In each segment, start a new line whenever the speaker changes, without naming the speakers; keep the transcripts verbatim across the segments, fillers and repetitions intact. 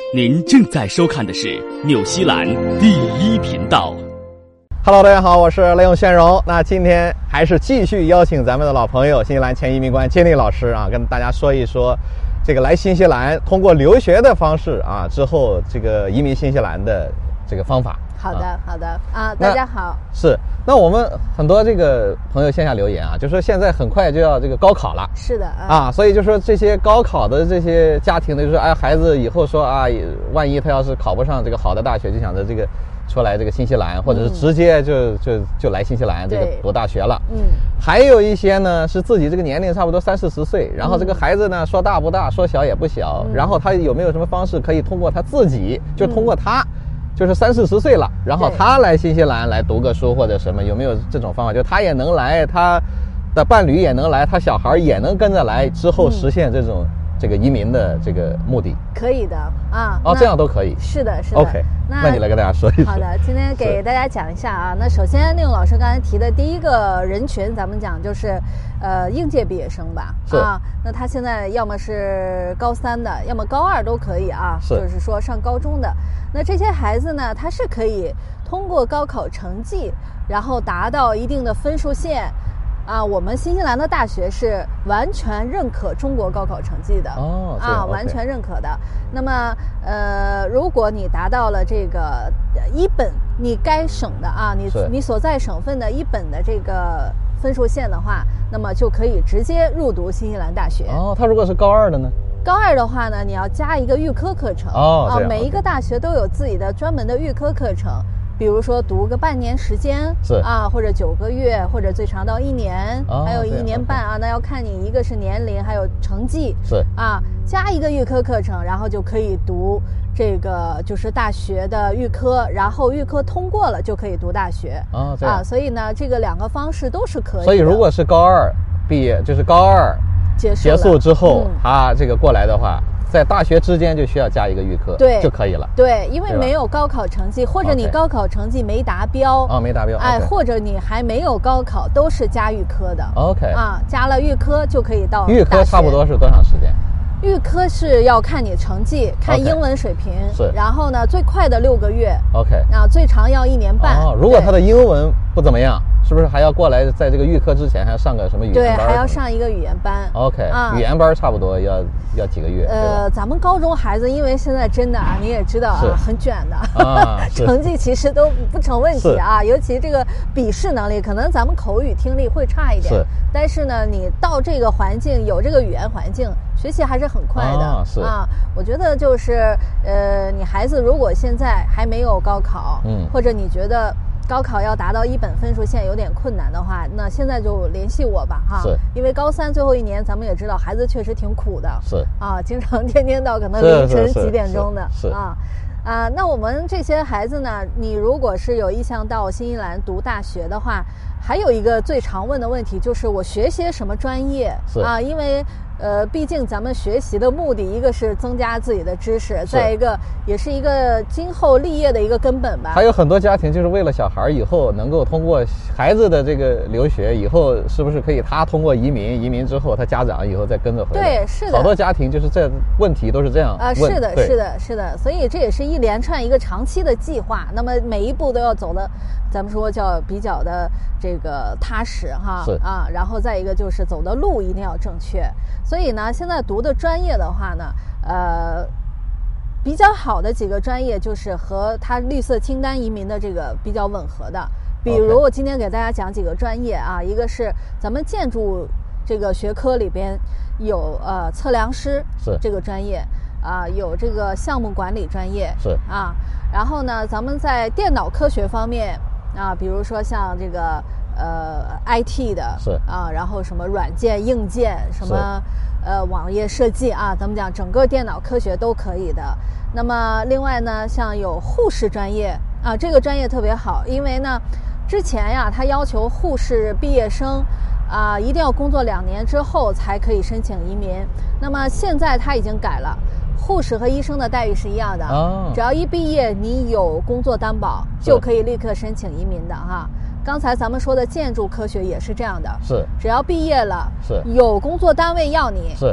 您正在收看的是纽西兰第一频道。
Hello， 大家好，我是雷永宣荣。那今天还是继续邀请咱们的老朋友新西兰前移民官金丽老师啊，跟大家说一说这个来新西兰通过留学的方式啊，之后这个移民新西兰的这个方法。
好的，
啊、
好的啊，大家好。
是，那我们很多这个朋友线下留言啊，就说现在很快就要这个高考了。
是的啊，
啊，所以就说这些高考的这些家庭呢，就说哎，孩子以后说啊，万一他要是考不上这个好的大学，就想着这个出来这个新西兰，或者是直接就、嗯、就就来新西兰这个读大学了。嗯，还有一些呢是自己这个年龄差不多三四十岁，然后这个孩子呢说大不大，说小也不小，嗯、然后他有没有什么方式可以通过他自己，就通过他。嗯就是三四十岁了，然后他来新西兰来读个书或者什么，有没有这种方法？就他也能来，他的伴侣也能来，他小孩也能跟着来，之后实现这种、嗯、这个移民的这个目的。
可以的啊，
哦，这样都可以。
是的，是的。
OK， 那, 那你来跟大家说一说。
好的，今天给大家讲一下啊。那首先，令老师刚才提的第一个人群，咱们讲就是，呃，应届毕业生吧。
是
啊，那他现在要么是高三的，要么高二都可以啊。
是，
就是说上高中的。那这些孩子呢，他是可以通过高考成绩，然后达到一定的分数线。啊，我们新西兰的大学是完全认可中国高考成绩的
哦，
啊，完全认可的。那么，呃，如果你达到了这个一本你该省的啊，你你所在省份的一本的这个分数线的话，那么就可以直接入读新西兰大学。
哦，他如果是高二的呢？
高二的话呢，你要加一个预科课程
哦，
啊，每一个大学都有自己的专门的预科课程。比如说读个半年时间
是
啊，或者九个月，或者最长到一年，
哦、
还有一年半啊，那要看你一个是年龄，还有成绩
是啊，
加一个预科课程，然后就可以读这个就是大学的预科，然后预科通过了就可以读大学
啊、哦、啊，
所以呢，这个两个方式都是可以的。
所以如果是高二毕业，就是高二
结束
结束之后，
嗯、
他这个过来的话。在大学之间就需要加一个预科，
对
就可以了。
对，因为没有高考成绩，或者你高考成绩没达标，
哦，没达标，
哎，
okay
或者你还没有高考，都是加预科的。
OK，
啊，加了预科就可以到
预科差不多是多长时间？
预科是要看你成绩，看英文水平，
okay, 是。
然后呢，最快的六个月
，OK，
啊，最长要一年半。
哦，如果他的英文不怎么样，是不是还要过来在这个预科之前还要上个什么语言班？
对，还要上一个语言班。
OK，
啊，
语言班差不多要要几个月？
呃，咱们高中孩子，因为现在真的啊，你也知道啊，很卷的，
啊、
成绩其实都不成问题啊。尤其这个笔试能力，可能咱们口语听力会差一点，
是。
但是呢，你到这个环境，有这个语言环境，学习还是很快的。
啊，是
啊，我觉得就是呃，你孩子如果现在还没有高考，
嗯，
或者你觉得高考要达到一本分数线有点困难的话，那现在就联系我吧，哈。
是。
因为高三最后一年，咱们也知道孩子确实挺苦的。
是。
啊，经常天天到可能凌晨几点钟的。
是。是是
啊。啊，那我们这些孩子呢，你如果是有意向到新西兰读大学的话，还有一个最常问的问题就是我学些什么专业？
是
啊，因为呃，毕竟咱们学习的目的，一个是增加自己的知识，再一个也是一个今后立业的一个根本吧。
还有很多家庭就是为了小孩以后能够通过孩子的这个留学，以后是不是可以他通过移民，移民之后他家长以后再跟着回来？
对，是的。
好多家庭就是这问题都是这样
啊、呃，是的，是的，是的。所以这也是一连串一个长期的计划，那么每一步都要走的，咱们说叫比较的这个踏实哈。
是
啊，然后再一个就是走的路一定要正确。所以呢，现在读的专业的话呢，呃，比较好的几个专业就是和它绿色清单移民的这个比较吻合的。比如我今天给大家讲几个专业啊，
okay.
一个是咱们建筑这个学科里边有呃测量师这个专业啊，有这个项目管理专业
是
啊，然后呢，咱们在电脑科学方面啊，比如说像这个。呃 I T 的
是
啊，然后什么软件硬件什么呃网页设计啊，咱们讲整个电脑科学都可以的。那么另外呢，像有护士专业啊，这个专业特别好，因为呢之前呀他要求护士毕业生啊一定要工作两年之后才可以申请移民，那么现在他已经改了，护士和医生的待遇是一样的、
哦、
只要一毕业你有工作担保就可以立刻申请移民的哈。刚才咱们说的建筑科学也是这样的，
是，
只要毕业了，
是，
有工作单位要你，
是，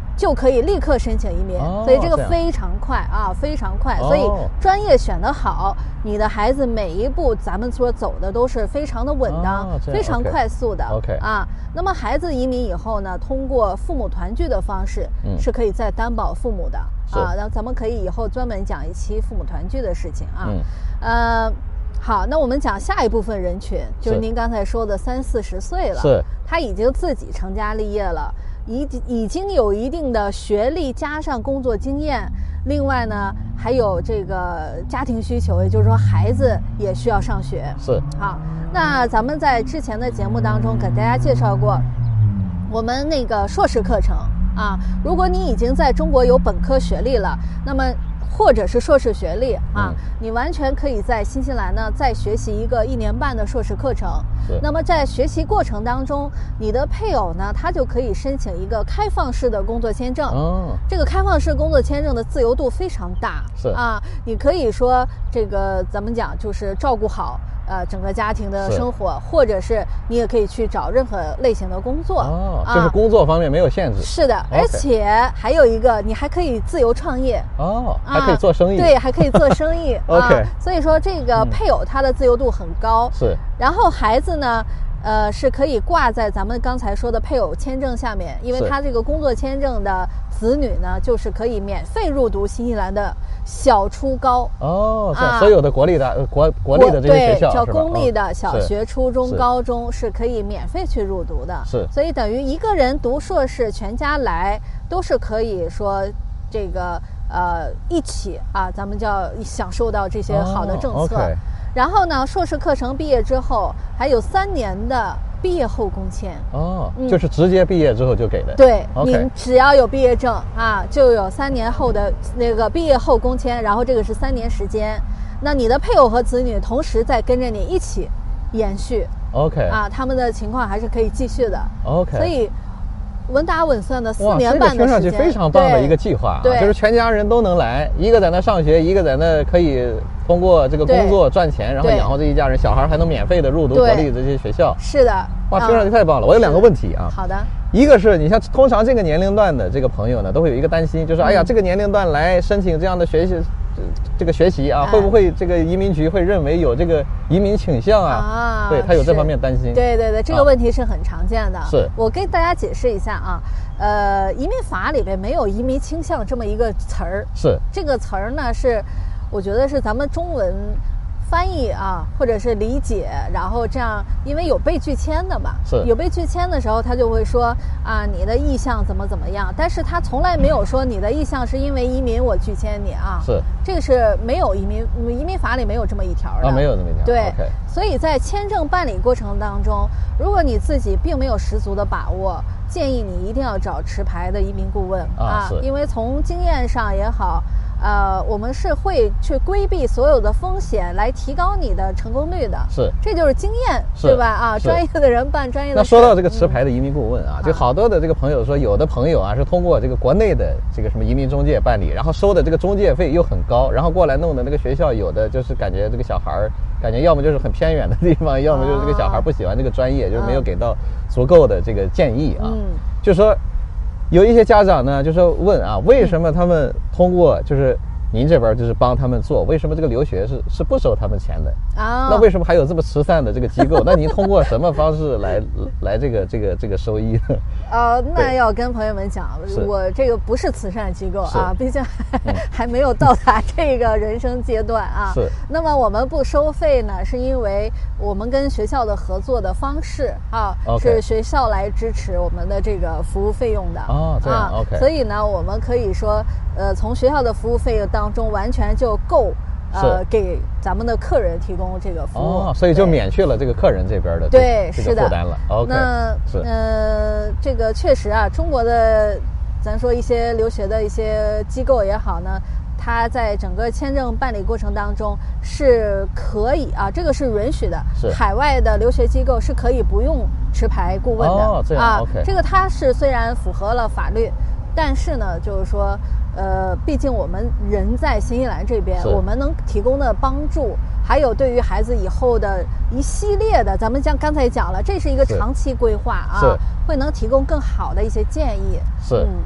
就可以立刻申请移民，
哦、
所以这个非常快啊，非常快。
哦、
所以专业选得好，你的孩子每一步咱们所走的都是非常的稳当，
哦、
非常快速的。
OK
啊，那么孩子移民以后呢，通过父母团聚的方式，嗯、是可以再担保父母的啊。那咱们可以以后专门讲一期父母团聚的事情啊。嗯、呃。好，那我们讲下一部分人群，就是您刚才说的三四十岁了，
是
他已经自己成家立业了，已已经有一定的学历加上工作经验，另外呢还有这个家庭需求，也就是说孩子也需要上学。
是。
好，那咱们在之前的节目当中给大家介绍过，我们那个硕士课程啊，如果你已经在中国有本科学历了，那么或者是硕士学历啊、嗯，你完全可以在新西兰呢再学习一个一年半的硕士课程。那么在学习过程当中，你的配偶呢，他就可以申请一个开放式的工作签证。
哦，
这个开放式工作签证的自由度非常大。
是啊，
你可以说这个咱们讲就是照顾好呃整个家庭的生活，或者是你也可以去找任何类型的工作。
哦，就是工作方面没有限制。
啊、是的，而且还有一个，你还可以自由创业。
哦，还可以做生意。
对，还可以做生意。
OK，、
啊、所以说这个配偶他的自由度很高。
是。
然后孩子呢，呃，是可以挂在咱们刚才说的配偶签证下面，因为他这个工作签证的子女呢，就是可以免费入读新西兰的小初高。
哦，啊、所有的国立的国国立的这些学校，
对，叫公立的小学、初中、高中是可以免费去入读的。
是，
所以等于一个人读硕士，全家来都是可以说这个呃一起啊，咱们叫享受到这些好的政策。
哦 okay
然后呢，硕士课程毕业之后，还有三年的毕业后工签。
哦、嗯，就是直接毕业之后就给的。
对，
okay
你只要有毕业证啊，就有三年后的那个毕业后工签，然后这个是三年时间。那你的配偶和子女同时再跟着你一起延续。
OK。啊，
他们的情况还是可以继续的。
OK。
所以稳打稳算的四年半的时间，
这个听上去非常棒的一个计划啊！就是全家人都能来，一个在那上学，一个在那可以通过这个工作赚钱，然后养活这一家人，小孩还能免费的入读国立这些学校。
是的，
哇，听上去太棒了！我有两个问题啊。
好的。
一个是你像通常这个年龄段的这个朋友呢，都会有一个担心，就是哎呀，这个年龄段来申请这样的学习。这个学习啊，会不会这个移民局会认为有这个移民倾向啊？啊，对他有这方面担心。
对对对，这个问题是很常见的。
啊、是
我给大家解释一下啊，呃，移民法里边没有移民倾向这么一个词儿。
是
这个词儿呢，是我觉得是咱们中文翻译啊，或者是理解，然后这样，因为有被拒签的嘛，
是
有被拒签的时候，他就会说啊，你的意向怎么怎么样，但是他从来没有说你的意向是因为移民我拒签你啊，
是
这个是没有移民移民法里没有这么一条的
啊，没有这么一条，
对，
okay
所以在签证办理过程当中，如果你自己并没有十足的把握，建议你一定要找持牌的移民顾问
啊，
啊，因为从经验上也好。呃，我们是会去规避所有的风险，来提高你的成功率的。
是，
这就是经验，对吧？啊，专业的人办专业的事。
那说到这个持牌的移民顾问啊，嗯、就好多的这个朋友说，有的朋友啊是通过这个国内的这个什么移民中介办理，然后收的这个中介费又很高，然后过来弄的那个学校，有的就是感觉这个小孩儿，感觉要么就是很偏远的地方，要么就是这个小孩不喜欢这个专业，啊、就是没有给到足够的这个建议啊。嗯，就说有一些家长呢，就说问啊，为什么他们通过就是您这边就是帮他们做，为什么这个留学是是不收他们钱的啊？那为什么还有这么慈善的这个机构？那您通过什么方式来来这个这个这个收益呢？
呃，那要跟朋友们讲，我这个不是慈善机构啊，毕竟还、嗯、还没有到达这个人生阶段啊。
是。
那么我们不收费呢，是因为我们跟学校的合作的方式啊，
okay
是学校来支持我们的这个服务费用的。
哦，这样、
啊、
OK。
所以呢，我们可以说，呃，从学校的服务费用当中完全就够。呃，给咱们的客人提供这个服务，
哦，所以就免去了这个客人这边的
对
这个负担了。OK，
那
是
呃，这个确实啊，中国的咱说一些留学的一些机构也好呢，它在整个签证办理过程当中是可以啊，这个是允许的。
是
海外的留学机构是可以不用持牌顾问的。
哦，这样
啊
OK，
这个它是虽然符合了法律，但是呢，就是说。呃，毕竟我们人在新西兰这边，我们能提供的帮助，还有对于孩子以后的一系列的，咱们像刚才讲了，这是一个长期规划啊，会能提供更好的一些建议。
是。嗯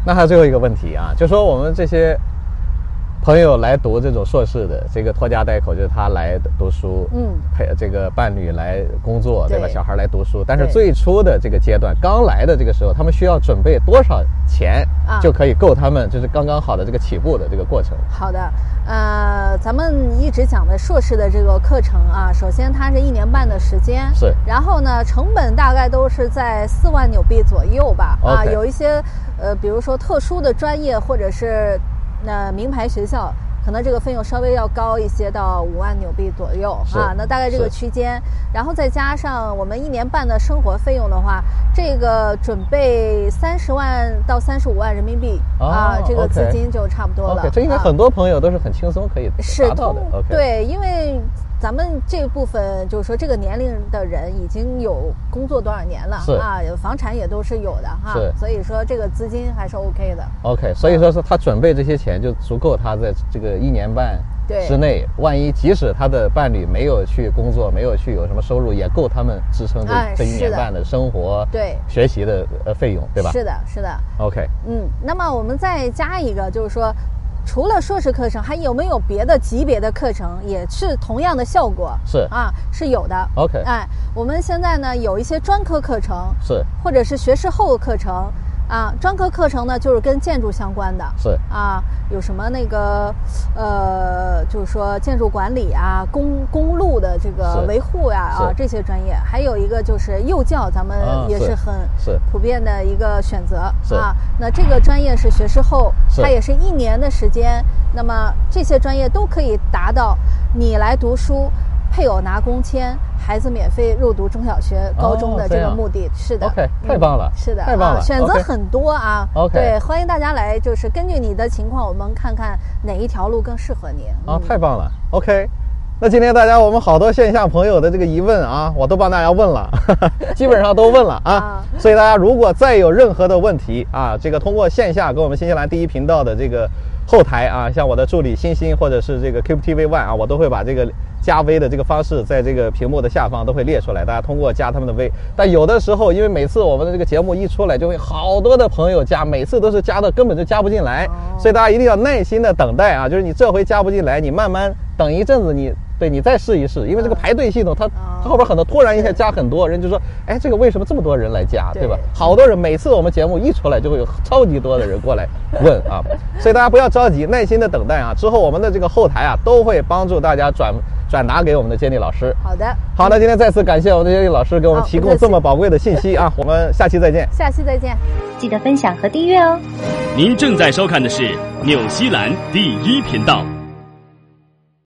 那还有最后一个问题啊，就说我们这些朋友来读这种硕士的，这个拖家带口，就是他来读书，嗯，陪这个伴侣来工作，对吧？小孩来读书，但是最初的这个阶段，刚来的这个时候，他们需要准备多少钱，啊、就可以够他们就是刚刚好的这个起步的这个过程？
好的，呃，咱们一直讲的硕士的这个课程啊，首先它是一年半的时间，
是，
然后呢，成本大概都是在四万纽币左右吧，啊， okay. 有一些呃，比如说特殊的专业或者是。那名牌学校可能这个费用稍微要高一些，到五万纽币左右啊，那大概这个区间，然后再加上我们一年半的生活费用的话，这个准备三十万到三十五万人民币、哦、啊，这个资金就差不多了。
Okay, 这应该很多朋友都是很轻松可以达到的。
是，对，因为咱们这部分就是说这个年龄的人已经有工作多少年了啊，房产也都是有的哈，所以说这个资金还是 OK 的。
OK， 所以说是他准备这些钱就足够他在这个一年半之内，万一即使他的伴侣没有去工作，没有去有什么收入，也够他们支撑这、哎、这一年半的生活、
对
学习的呃费用，对吧？
是的，是的。
OK，
嗯，那么我们再加一个，就是说。除了硕士课程，还有没有别的级别的课程也是同样的效果？
是
啊，是有的。
OK，
哎，我们现在呢有一些专科课程，
是
或者是学士后课程啊。专科课程呢就是跟建筑相关的，
是
啊，有什么那个呃，就是说建筑管理啊、公公路的这个维护呀 啊, 啊这些专业，还有一个就是幼教，咱们也是很普遍的一个选择啊。那这个专业是学士后，它也是一年的时间，那么这些专业都可以达到你来读书，配偶拿工签，孩子免费入读中小学、高中的这个目的。
哦、
是的
，OK， 太棒了，
嗯、是的，
太棒了，
啊、选择很多啊。
OK，
对，欢迎大家来，就是根据你的情况，我们看看哪一条路更适合你。
啊，太棒了 ，OK。那今天大家我们好多线下朋友的这个疑问啊，我都帮大家问了，呵呵基本上都问了啊。啊所以大家如果再有任何的问题啊，这个通过线下跟我们新西兰第一频道的这个后台啊，像我的助理欣欣或者是这个 Keep T V One 啊，我都会把这个加微的这个方式在这个屏幕的下方都会列出来，大家通过加他们的微。但有的时候，因为每次我们的这个节目一出来，就会好多的朋友加，每次都是加的根本就加不进来，哦、所以大家一定要耐心的等待啊，就是你这回加不进来，你慢慢等一阵子你。对你再试一试，因为这个排队系统它，它、哦、后边很多突然一下加很多人，就说，哎，这个为什么这么多人来加， 对, 对吧？好多人每次我们节目一出来，就会有超级多的人过来问啊，所以大家不要着急，耐心的等待啊。之后我们的这个后台啊，都会帮助大家转转达给我们的监理老师。
好的，
好的，今天再次感谢我们的监理老师给我们提供这么宝贵的信息啊，我们下期再见。
下期再见，
记得分享和订阅哦。
您正在收看的是纽西兰第一频道。